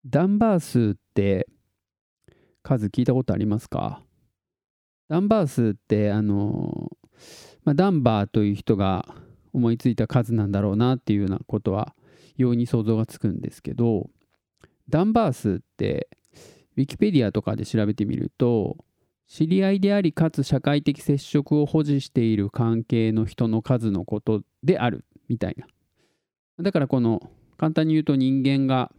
ダンバー数って数聞いたことありますか？ダンバー数ってダンバーという人が思いついた数なんだろうなっていうようなことは容易に想像がつくんですけど、ダンバー数ってウィキペディアとかで調べてみると、知り合いでありかつ社会的接触を保持している関係の人の数のことであるみたいな。だからこの簡単に言うと人間が、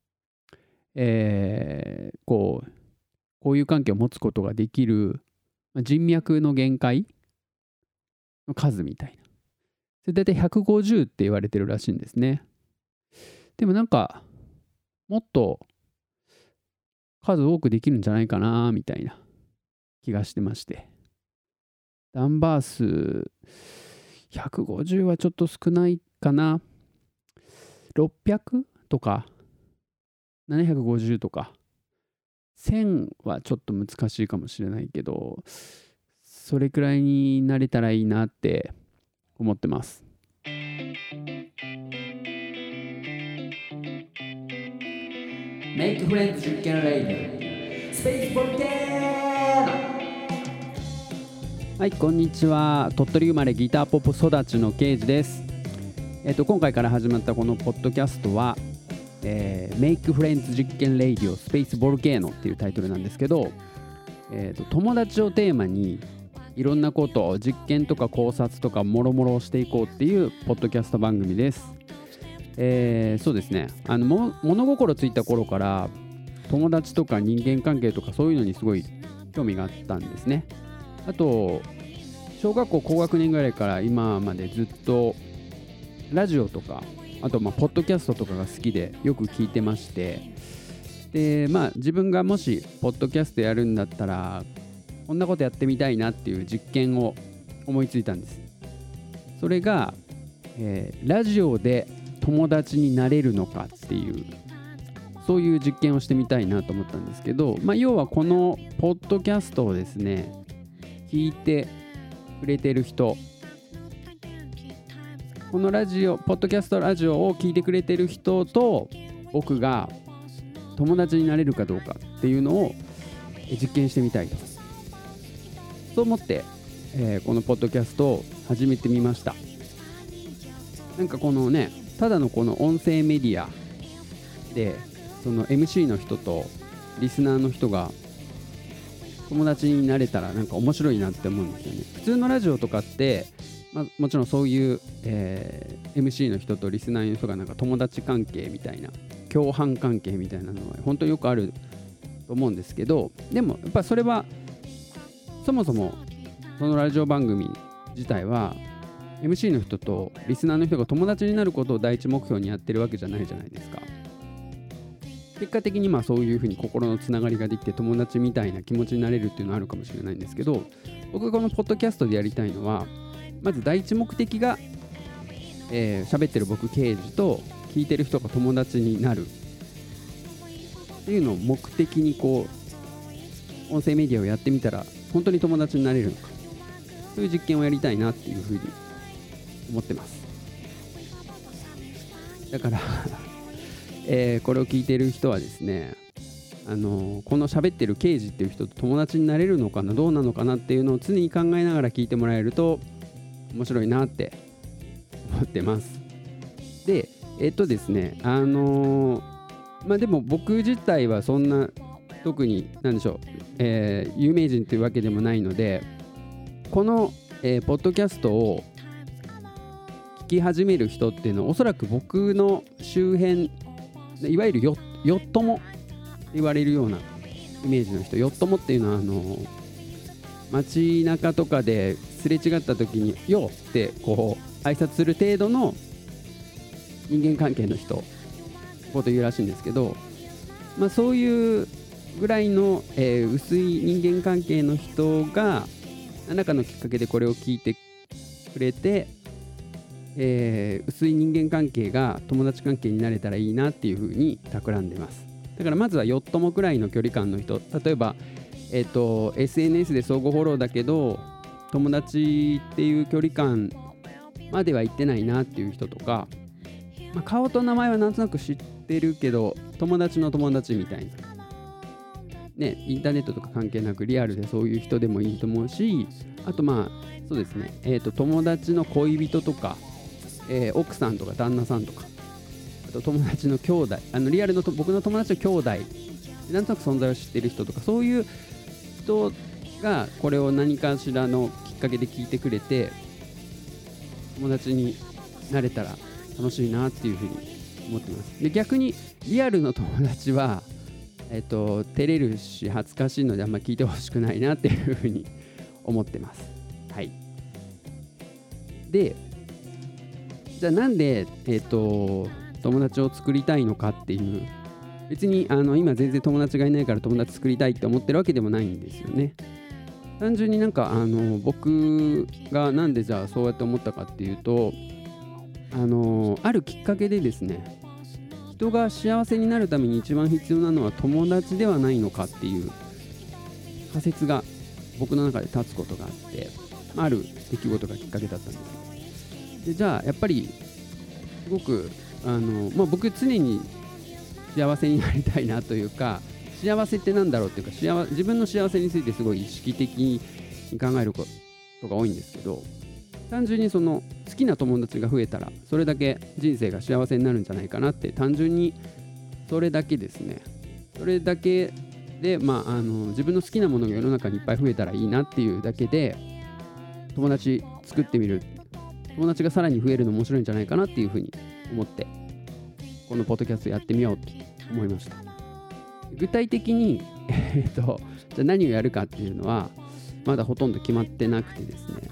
こういう関係を持つことができる人脈の限界の数みたいな。それ大体150って言われてるらしいんですね。でもなんかもっと数多くできるんじゃないかなみたいな気がしてまして。ダンバー数150はちょっと少ないかな。600とか750とか1000はちょっと難しいかもしれないけど、それくらいになれたらいいなって思ってます。メイクフレンズ実験レイディオスペースボルケーノ。はい、こんにちは。鳥取生まれギターポップ育ちのケイジです。今回から始まったこのポッドキャストは、メイクフレンズ実験レイディオスペースボルケーノっていうタイトルなんですけど、友達をテーマにいろんなことを実験とか考察とかもろもろをしていこうっていうポッドキャスト番組です。そうですね、物心ついた頃から友達とか人間関係とかそういうのにすごい興味があったんですね。あと小学校高学年ぐらいから今までずっとラジオとか、あとポッドキャストとかが好きでよく聞いてまして、で自分がもしポッドキャストやるんだったらこんなことやってみたいなっていう実験を思いついたんです。それが、ラジオで友達になれるのかっていう、そういう実験をしてみたいなと思ったんですけど、要はこのポッドキャストをですね、聞いてくれてる人、このポッドキャストラジオを聞いてくれてる人と僕が友達になれるかどうかっていうのを実験してみたいと、そう思って、このポッドキャストを始めてみました。なんかこのね、ただのこの音声メディアでその MC の人とリスナーの人が友達になれたらなんか面白いなって思うんですよね。普通のラジオとかって、もちろんそういう、MC の人とリスナーの人がなんか友達関係みたいな、共犯関係みたいなのは本当によくあると思うんですけど、でもやっぱそれはそもそもそのラジオ番組自体は MC の人とリスナーの人が友達になることを第一目標にやってるわけじゃないじゃないですか。結果的にそういうふうに心のつながりができて友達みたいな気持ちになれるっていうのはあるかもしれないんですけど、僕がこのポッドキャストでやりたいのは、まず第一目的が喋ってる僕ケイジと聞いてる人が友達になるっていうのを目的にこう音声メディアをやってみたら本当に友達になれるのか、そういう実験をやりたいなっていうふうに思ってます。だからこれを聞いてる人はですね、この喋ってるケイジっていう人と友達になれるのかな、どうなのかなっていうのを常に考えながら聞いてもらえると面白いなって思ってます。でですね、でも僕自体はそんな特に何でしょう、有名人というわけでもないので、この、ポッドキャストを聞き始める人っていうのはおそらく僕の周辺、いわゆるヨットモと言われるようなイメージの人、ヨットモっていうのは街中とかですれ違った時によってこう挨拶する程度の人間関係の人のこと言うらしいんですけど、そういうぐらいの、薄い人間関係の人が何らかのきっかけでこれを聞いてくれて、薄い人間関係が友達関係になれたらいいなっていう風に企んでます。だからまずはヨットモくらいの距離感の人、例えば、SNS で相互フォローだけど友達っていう距離感までは行ってないなっていう人とか、 顔と名前はなんとなく知ってるけど友達の友達みたいなね、インターネットとか関係なくリアルでそういう人でもいいと思うし、あとそうですね、友達の恋人とか、奥さんとか旦那さんとか、あと友達の兄弟、リアルの僕の友達の兄弟、なんとなく存在を知ってる人とか、そういう人がこれを何かしらのきっかけで聞いてくれて友達になれたら楽しいなっていうふうに思ってます。で、逆にリアルの友達は照れるし恥ずかしいのであんまり聞いてほしくないなっていうふうに思ってます。はい。で、じゃあなんで友達を作りたいのかっていう、別に今全然友達がいないから友達作りたいって思ってるわけでもないんですよね。単純に僕がなんでじゃあそうやって思ったかっていうと、あるきっかけでですね、人が幸せになるために一番必要なのは友達ではないのかっていう仮説が僕の中で立つことがあって、ある出来事がきっかけだったんです。で、じゃあやっぱりすごく僕常に幸せになりたいなというか、幸せってなんだろうっていうか、自分の幸せについてすごい意識的に考えることが多いんですけど、単純にその好きな友達が増えたらそれだけ人生が幸せになるんじゃないかなって、単純にそれだけですね。それだけで、自分の好きなものが世の中にいっぱい増えたらいいなっていうだけで、友達作ってみる、友達がさらに増えるの面白いんじゃないかなっていうふうに思って、このポッドキャストやってみようと思いました。具体的にじゃあ何をやるかっていうのはまだほとんど決まってなくてですね、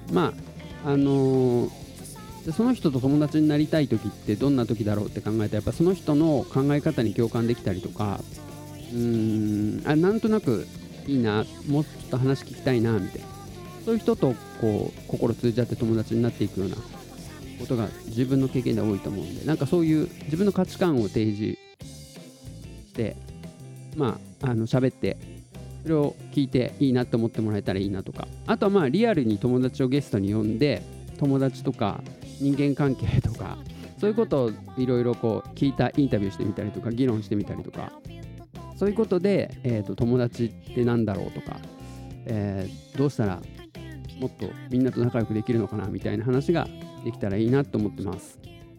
その人と友達になりたい時ってどんな時だろうって考えたら、やっぱその人の考え方に共感できたりとか、なんとなくいいな、もうちょっと話聞きたいなみたいな、そういう人とこう心通じ合って友達になっていくようなことが自分の経験で多いと思うんで、なんかそういう自分の価値観を提示して喋ってそれを聞いていいなって思ってもらえたらいいなとか、あとはリアルに友達をゲストに呼んで友達とか人間関係とかそういうことをいろいろ聞いたインタビューしてみたりとか議論してみたりとか、そういうことで、友達ってなんだろうとか、どうしたらもっとみんなと仲良くできるのかなみたいな話ができたらいいなと思ってます。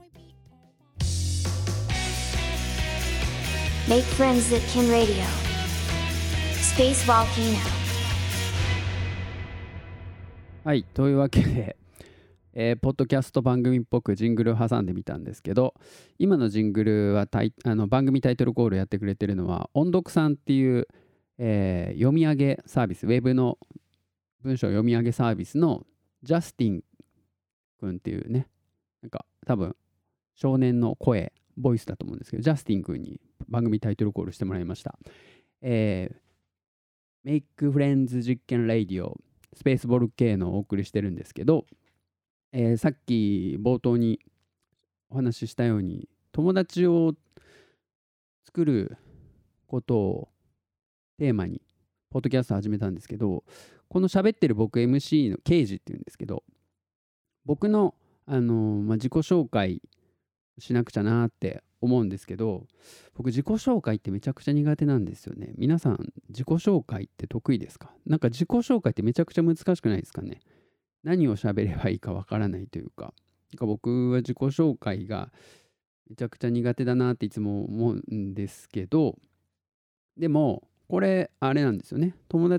Make friends that can radio. Space Volcano. はい、というわけで、ポッドキャスト番組っぽくジングルを挟んでみたんですけど、今のジングルは番組タイトルコールやってくれてるのは音読さんっていう、読み上げサービス、ウェブの文章読み上げサービスのジャスティン君っていうね、なんか多分少年の声ボイスだと思うんですけど、ジャスティン君に番組タイトルコールしてもらいました。メイクフレンズ実験レイディオスペースボルケーノをお送りしてるんですけど、さっき冒頭にお話ししたように友達を作ることをテーマにポッドキャスト始めたんですけど、この喋ってる僕 MC のケイジっていうんですけど、僕の、自己紹介しなくちゃなって思うんですけど、僕自己紹介ってめちゃくちゃ苦手なんですよね。皆さん自己紹介って得意ですか？なんか自己紹介ってめちゃくちゃ難しくないですかね。何を喋ればいいかわからないというか、なんか僕は自己紹介がめちゃくちゃ苦手だなっていつも思うんですけど、でもこれあれなんですよね。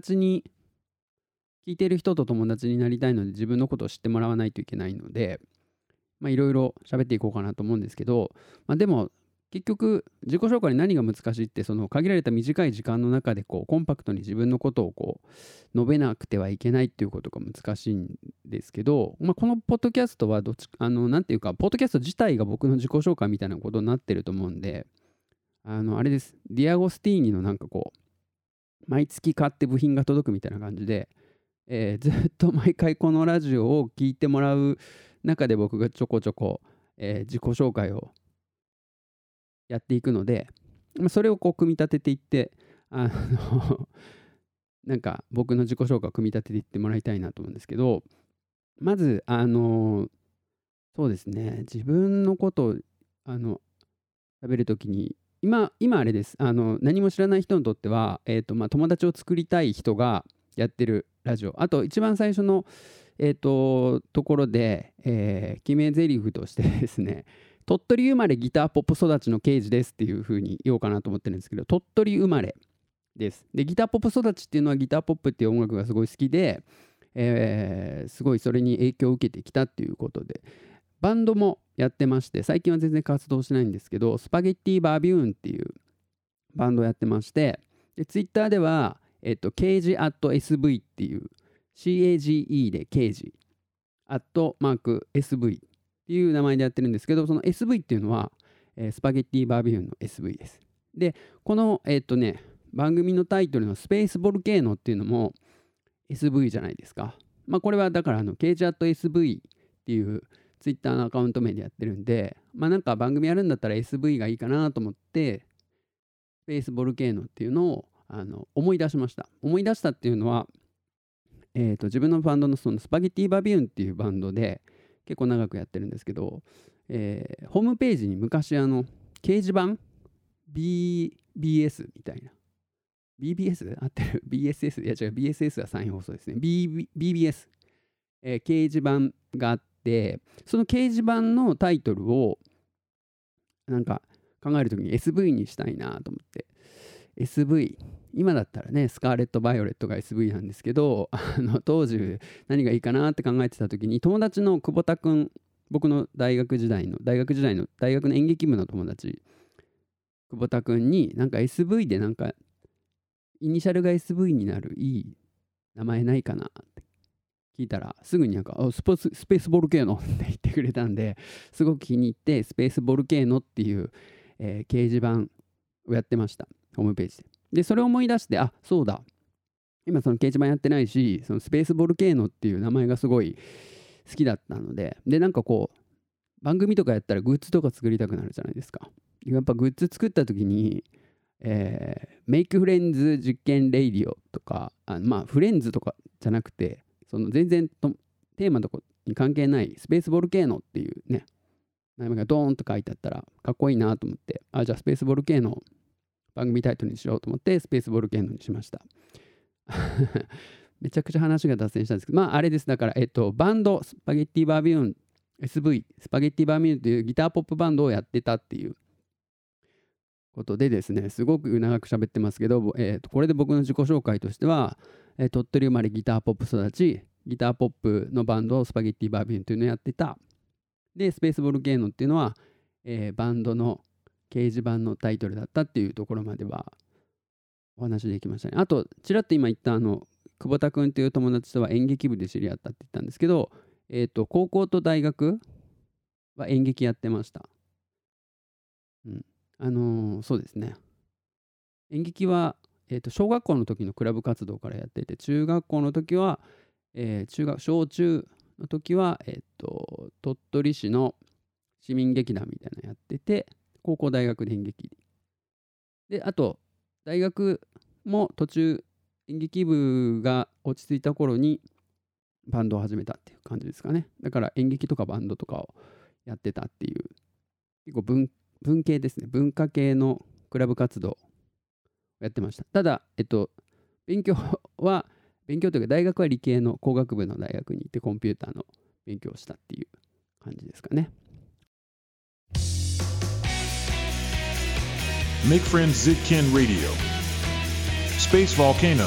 聞いてる人と友達になりたいので自分のことを知ってもらわないといけないので、いろいろ喋っていこうかなと思うんですけど、でも結局自己紹介に何が難しいって、その限られた短い時間の中でコンパクトに自分のことを述べなくてはいけないっていうことが難しいんですけど、このポッドキャストはなんていうか、ポッドキャスト自体が僕の自己紹介みたいなことになってると思うんで、あれです。ディアゴスティーニの毎月買って部品が届くみたいな感じで、ずっと毎回このラジオを聞いてもらう中で僕がちょこちょこ、自己紹介をやっていくので、それを組み立てていってなんか僕の自己紹介を組み立てていってもらいたいなと思うんですけど、まずそうですね、自分のことを喋るときに今あれです。何も知らない人にとっては、友達を作りたい人がやってるラジオ。あと一番最初の、ところで、決め台詞としてですね、鳥取生まれギターポップ育ちの刑事ですっていう風に言おうかなと思ってるんですけど、鳥取生まれです。で、ギターポップ育ちっていうのはギターポップっていう音楽がすごい好きで、すごいそれに影響を受けてきたっていうことで、バンドもやってまして、最近は全然活動してないんですけど、スパゲッティバービューンっていうバンドをやってまして、でツイッターでは、ケージアット SV っていう CAGE でケージアットマーク SV っていう名前でやってるんですけど、その SV っていうのは、スパゲッティバービューンの SV です。で、この番組のタイトルのスペースボルケーノっていうのも SV じゃないですか。これはだからケージアット SV っていうツイッターのアカウント名でやってるんで、なんか番組やるんだったら SV がいいかなと思って、スペースボルケーノっていうのを思い出しました。思い出したっていうのは、自分のバンドのそのスパゲッティバビューンっていうバンドで結構長くやってるんですけど、ホームページに昔掲示板 BBS みたいな BBS 合ってる BSS いや違う BSS は再放送ですね BBS、掲示板があって、その掲示板のタイトルをなんか考えるときに SV にしたいなと思って、 SV 今だったらねスカーレット・バイオレットが SV なんですけど、当時何がいいかなって考えてた時に、友達の久保田くん、僕の大学の演劇部の友達久保田くんになんか SV でなんかイニシャルが SV になるいい名前ないかなって聞いたら、すぐになんかスペースボルケーノって言ってくれたんで、すごく気に入ってスペースボルケーノっていう、掲示板をやってました、ホームページで。でそれを思い出して、そうだ、今その掲示板やってないし、そのスペースボルケーノっていう名前がすごい好きだったので、なんかこう番組とかやったらグッズとか作りたくなるじゃないですか。やっぱグッズ作った時に、メイクフレンズ実験レイディオとか、フレンズとかじゃなくて、その全然テーマとかに関係ないスペースボルケーノっていうね名前がドーンと書いてあったらかっこいいなと思って、じゃあスペースボルケーノ番組タイトルにしようと思ってスペースボルケーノにしました。めちゃくちゃ話が脱線したんですけど、あれです。だからバンドスパゲッティバービューン SV スパゲッティバービューンというギターポップバンドをやってたっていうことでですね、すごく長く喋ってますけど、これで僕の自己紹介としては、鳥取生まれギターポップ育ち、ギターポップのバンドをスパゲッティバービューンというのをやってた。でスペースボルケーノっていうのは、バンドの掲示板のタイトルだったっていうところまではお話できましたね。あとちらっと今言った久保田君という友達とは演劇部で知り合ったって言ったんですけど、高校と大学は演劇やってました。そうですね。演劇は、小学校の時のクラブ活動からやってて、中学校の時は、小中の時は、鳥取市の市民劇団みたいなのやってて、高校大学で演劇で、あと大学も途中演劇部が落ち着いた頃にバンドを始めたっていう感じですかね。だから演劇とかバンドとかをやってたっていう、結構文系ですね。文化系のクラブ活動をやってました。ただ勉強というか大学は理系の工学部の大学に行ってコンピューターの勉強をしたっていう感じですかね。 Make Friends Zitkin Radio Space Volcano。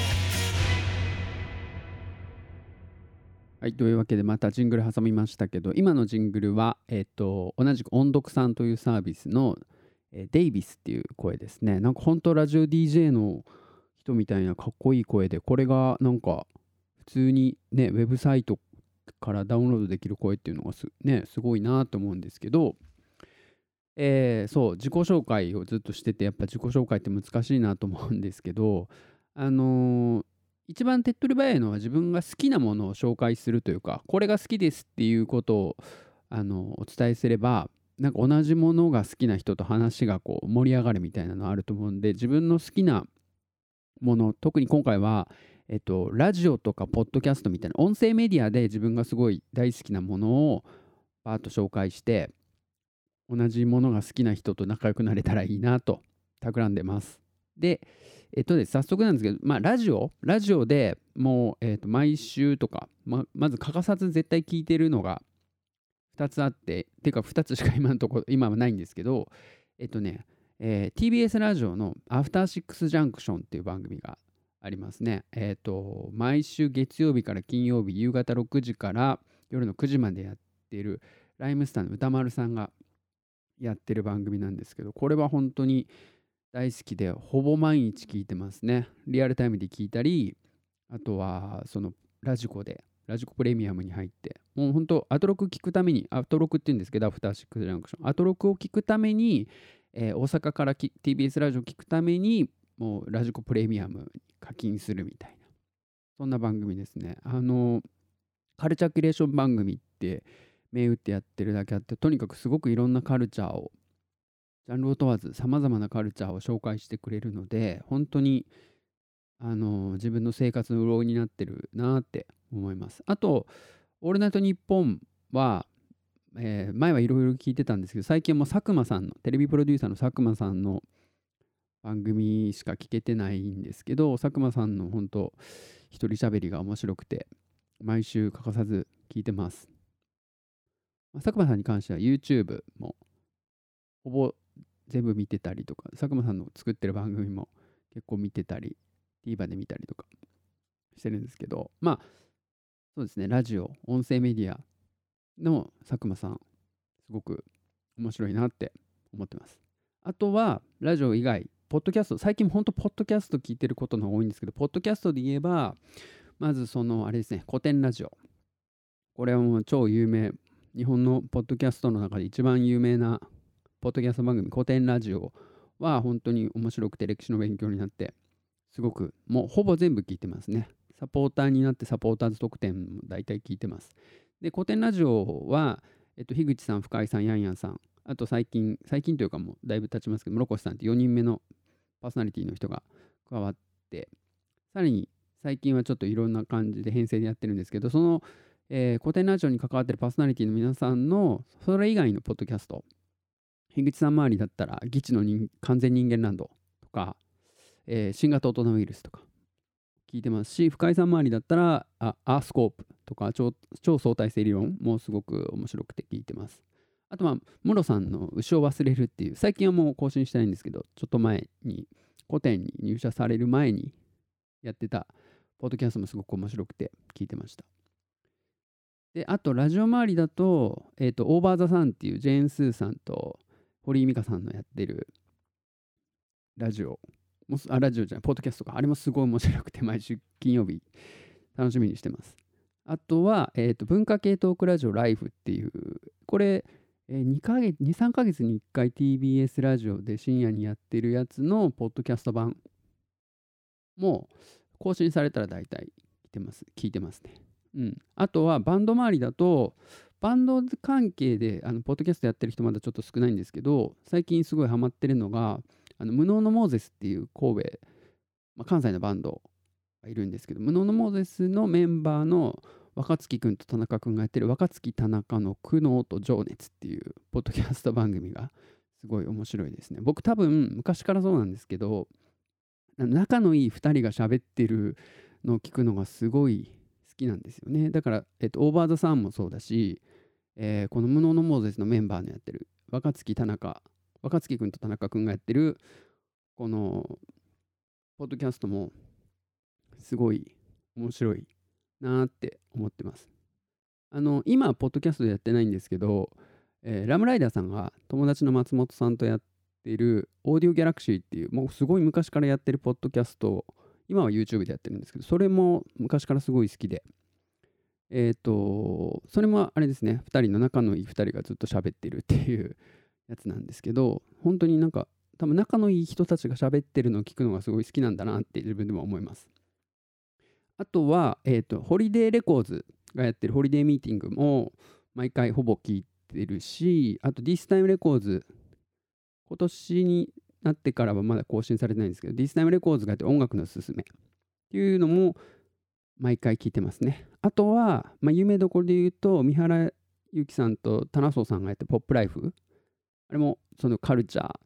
はい、というわけでまたジングル挟みましたけど、今のジングルは、同じく音読さんというサービスの、デイビスっていう声ですね。なんか本当ラジオ DJ の人みたいなかっこいい声で、これがなんか普通にねウェブサイトからダウンロードできる声っていうのがすごいなと思うんですけど、そう自己紹介をずっとしてて、やっぱ自己紹介って難しいなと思うんですけど、一番手っ取り早いのは自分が好きなものを紹介するというか、これが好きですっていうことをお伝えすれば、なんか同じものが好きな人と話がこう盛り上がるみたいなのあると思うんで、自分の好きなもの、特に今回はラジオとかポッドキャストみたいな音声メディアで自分がすごい大好きなものをバーッと紹介して、 同じものが好きな人と仲良くなれたらいいなと企んでます。で、早速なんですけど、ラジオでもう、毎週とか、まず欠かさず絶対聞いてるのが2つあって、てか2つしか今はないんですけど、TBS ラジオのアフターシックスジャンクションっていう番組がありますね。毎週月曜日から金曜日夕方6時から夜の9時までやっているライムスターの歌丸さんがやってる番組なんですけど、これは本当に大好きでほぼ毎日聞いてますね。リアルタイムで聞いたり、あとはそのラジコプレミアムに入って、もう本当アトロク聞くために、アトロクって言うんですけど、アフターシックスジャンクション、アトロクを聞くために、大阪からTBS ラジオ聞くために、もうラジコプレミアムに課金するみたいな、そんな番組ですね。カルチャーキュレーション番組って銘打ってやってるだけあって、とにかくすごくいろんなカルチャーを、ジャンルを問わずさまざまなカルチャーを紹介してくれるので、本当に自分の生活の潤いになってるなって思います。あと、オールナイトニッポンは、前はいろいろ聞いてたんですけど、最近はもう佐久間さんの、テレビプロデューサーの佐久間さんの番組しか聞けてないんですけど、佐久間さんの本当、一人喋りが面白くて、毎週欠かさず聞いてます。佐久間さんに関しては YouTube もほぼ全部見てたりとか、佐久間さんの作ってる番組も結構見てたり、TVer で見たりとかしてるんですけど、そうですね、ラジオ、音声メディアの佐久間さん、すごく面白いなって思ってます。あとは、ラジオ以外、ポッドキャスト、最近本当ポッドキャスト聞いてることの多いんですけど、ポッドキャストで言えば、まずあれですね、古典ラジオ。これはもう超有名、日本のポッドキャストの中で一番有名なポッドキャスト番組、古典ラジオは本当に面白くて歴史の勉強になって、すごくもうほぼ全部聞いてますね。サポーターになってサポーターズ特典も大体聞いてます。で、古典ラジオは、樋口さん、深井さん、ヤンヤンさん、あと最近というかもうだいぶ経ちますけど、室越さんって4人目のパーソナリティの人が加わって、さらに最近はちょっといろんな感じで編成でやってるんですけど、その、古典ラジオに関わってるパーソナリティの皆さんのそれ以外のポッドキャスト、樋口さん周りだったら、ギチの完全人間ランドとか、新型大人ウイルスとか聞いてますし、深井さん周りだったらアースコープとか超相対性理論もすごく面白くて聞いてます。あと室さんの牛を忘れるっていう、最近はもう更新してないんですけど、ちょっと前に古典に入社される前にやってたポッドキャストもすごく面白くて聞いてました。で、あとラジオ周りだと、オーバーザさんっていうジェーン・スーさんと堀井美香さんのやってるラジオじゃない、ポッドキャストか。あれもすごい面白くて、毎週金曜日、楽しみにしてます。あとは、文化系トークラジオライフっていう、これ、2、3ヶ月に1回 TBS ラジオで深夜にやってるやつのポッドキャスト版も更新されたら大体聞いてますね。あとはバンド周りだと、バンド関係でポッドキャストやってる人まだちょっと少ないんですけど、最近すごいハマってるのが、無能のモーゼスっていう神戸、関西のバンドがいるんですけど、無能のモーゼスのメンバーの若月くんと田中くんがやってる若月田中の苦悩と情熱っていうポッドキャスト番組がすごい面白いですね。僕多分昔からそうなんですけど、仲のいい2人が喋ってるのを聞くのがすごい好きなんですよね。だから、オーバーザさんもそうだし、この無能のモーゼスのメンバーのやってる若月くんと田中くんがやってるこのポッドキャストもすごい面白いなって思ってます。今ポッドキャストでやってないんですけど、ラムライダーさんが友達の松本さんとやってるオーディオギャラクシーっていう、もうすごい昔からやってるポッドキャスト、今は YouTube でやってるんですけど、それも昔からすごい好きで、それもあれですね、2人の仲のいい2人がずっと喋ってるっていうやつなんですけど、本当になんか多分仲のいい人たちが喋ってるのを聞くのがすごい好きなんだなって自分でも思います。あとは、ホリデーレコーズがやってるホリデーミーティングも毎回ほぼ聞いてるし、あと This Time レコーズ、今年になってからはまだ更新されてないんですけど、This Time レコーズがやってる音楽のすすめっていうのも毎回聞いてますね。あとは、有名どころで言うと、三原由紀さんと田中さんがやってポップライフあれもそのカルチャー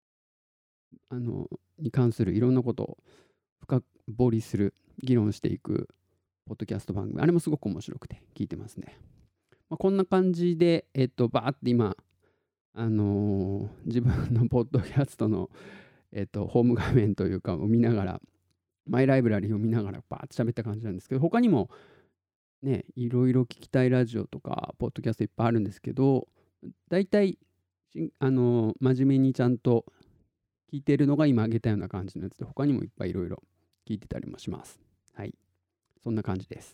に関するいろんなことを深掘りする、議論していくポッドキャスト番組、あれもすごく面白くて聞いてますね。こんな感じでバーって今自分のポッドキャストのホーム画面というかを見ながら、マイライブラリーを見ながらバーって喋った感じなんですけど、他にもね、いろいろ聞きたいラジオとかポッドキャストいっぱいあるんですけど、だいたい真面目にちゃんと聞いてるのが今挙げたような感じのやつで、他にもいっぱいいろいろ聞いてたりもします。はい、そんな感じです。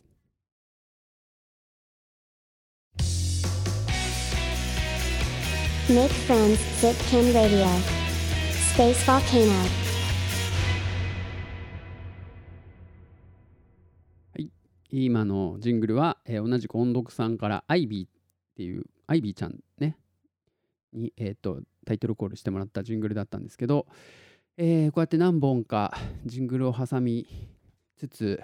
Make friends, Zipkin Radio. Space Volcano. はい、今のジングルは、同じく音読さんからアイビーっていうアイビーちゃんねに、タイトルコールしてもらったジングルだったんですけど、こうやって何本かジングルを挟みつつ、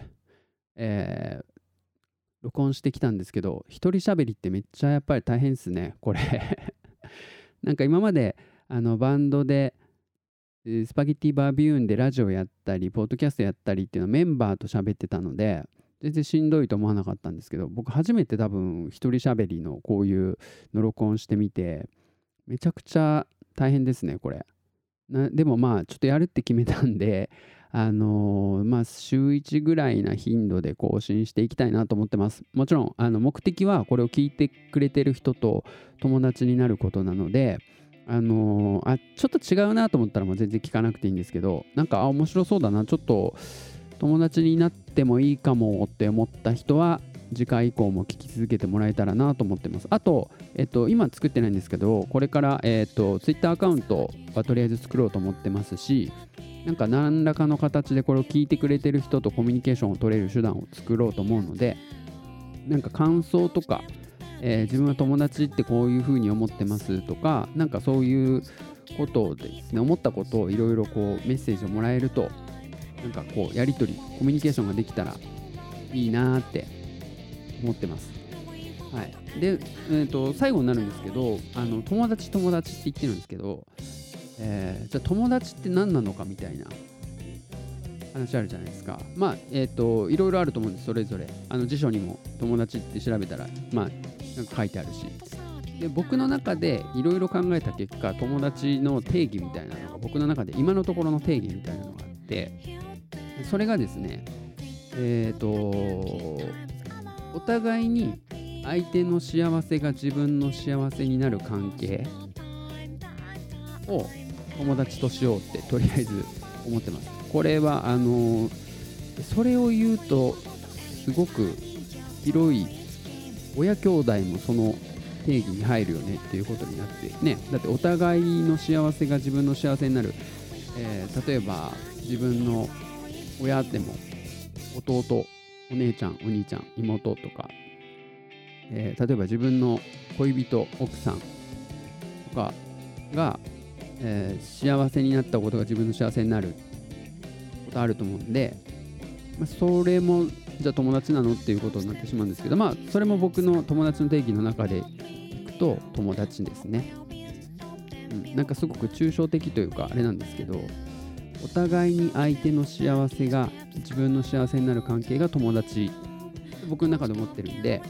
録音してきたんですけど、一人喋りってめっちゃやっぱり大変ですね、これなんか今までバンドでスパゲッティバービューンでラジオやったりポッドキャストやったりっていうのはメンバーと喋ってたので全然しんどいと思わなかったんですけど、僕初めて多分一人喋りのこういうの録音してみてめちゃくちゃ大変ですねこれ。でもまあちょっとやるって決めたんで週1ぐらいな頻度で更新していきたいなと思ってます。もちろん目的はこれを聞いてくれてる人と友達になることなので、ちょっと違うなと思ったらもう全然聞かなくていいんですけど、なんか面白そうだな、ちょっと友達になってもいいかもって思った人は次回以降も聞き続けてもらえたらなと思ってます。あと、今作ってないんですけど、これから、Twitter アカウントはとりあえず作ろうと思ってますし、なんか何らかの形でこれを聞いてくれてる人とコミュニケーションを取れる手段を作ろうと思うので、なんか感想とか、自分は友達ってこういうふうに思ってますとか、なんかそういうことをですね、思ったことをいろいろこうメッセージをもらえると、なんかこうやり取りコミュニケーションができたらいいなって思ってます。はい、で、最後になるんですけど、友達って言ってるんですけど、じゃあ友達って何なのかみたいな話あるじゃないですか。いろいろあると思うんです。それぞれ辞書にも友達って調べたらなんか書いてあるし、で僕の中でいろいろ考えた結果、友達の定義みたいなのが僕の中で今のところの定義みたいなのがあって、それがですね、お互いに相手の幸せが自分の幸せになる関係を友達としようってとりあえず思ってます。これはそれを言うとすごく広い親兄弟もその定義に入るよねっていうことになってね。だってお互いの幸せが自分の幸せになる、例えば自分の親でも弟、お姉ちゃん、お兄ちゃん、妹とか、例えば自分の恋人、奥さんとかが、幸せになったことが自分の幸せになることあると思うんで、それもじゃあ友達なのっていうことになってしまうんですけど、それも僕の友達の定義の中でいくと友達ですね。なんかすごく抽象的というかあれなんですけど、お互いに相手の幸せが自分の幸せになる関係が友達って僕の中で思ってるんで、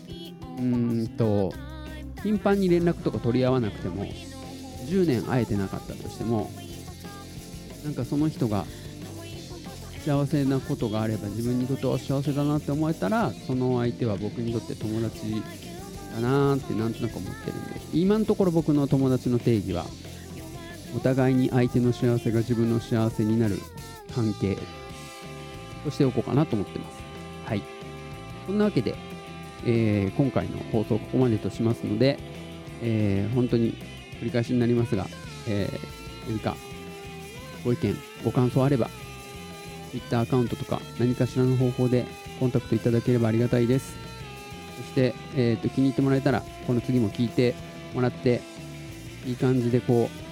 頻繁に連絡とか取り合わなくても10年会えてなかったとしても、なんかその人が幸せなことがあれば自分にとっては幸せだなって思えたら、その相手は僕にとって友達だなってなんとなく思ってるんで、今のところ僕の友達の定義はお互いに相手の幸せが自分の幸せになる関係としておこうかなと思ってます。はい、そんなわけで、今回の放送ここまでとしますので、本当に繰り返しになりますが、何かご意見ご感想あれば Twitter アカウントとか何かしらの方法でコンタクトいただければありがたいです。そして、気に入ってもらえたらこの次も聞いてもらっていい感じでこう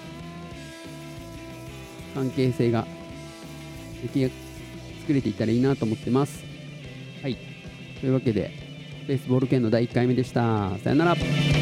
関係性が作れていったらいいなと思ってます。はい、というわけでベースボール圏の第1回目でした。さよなら。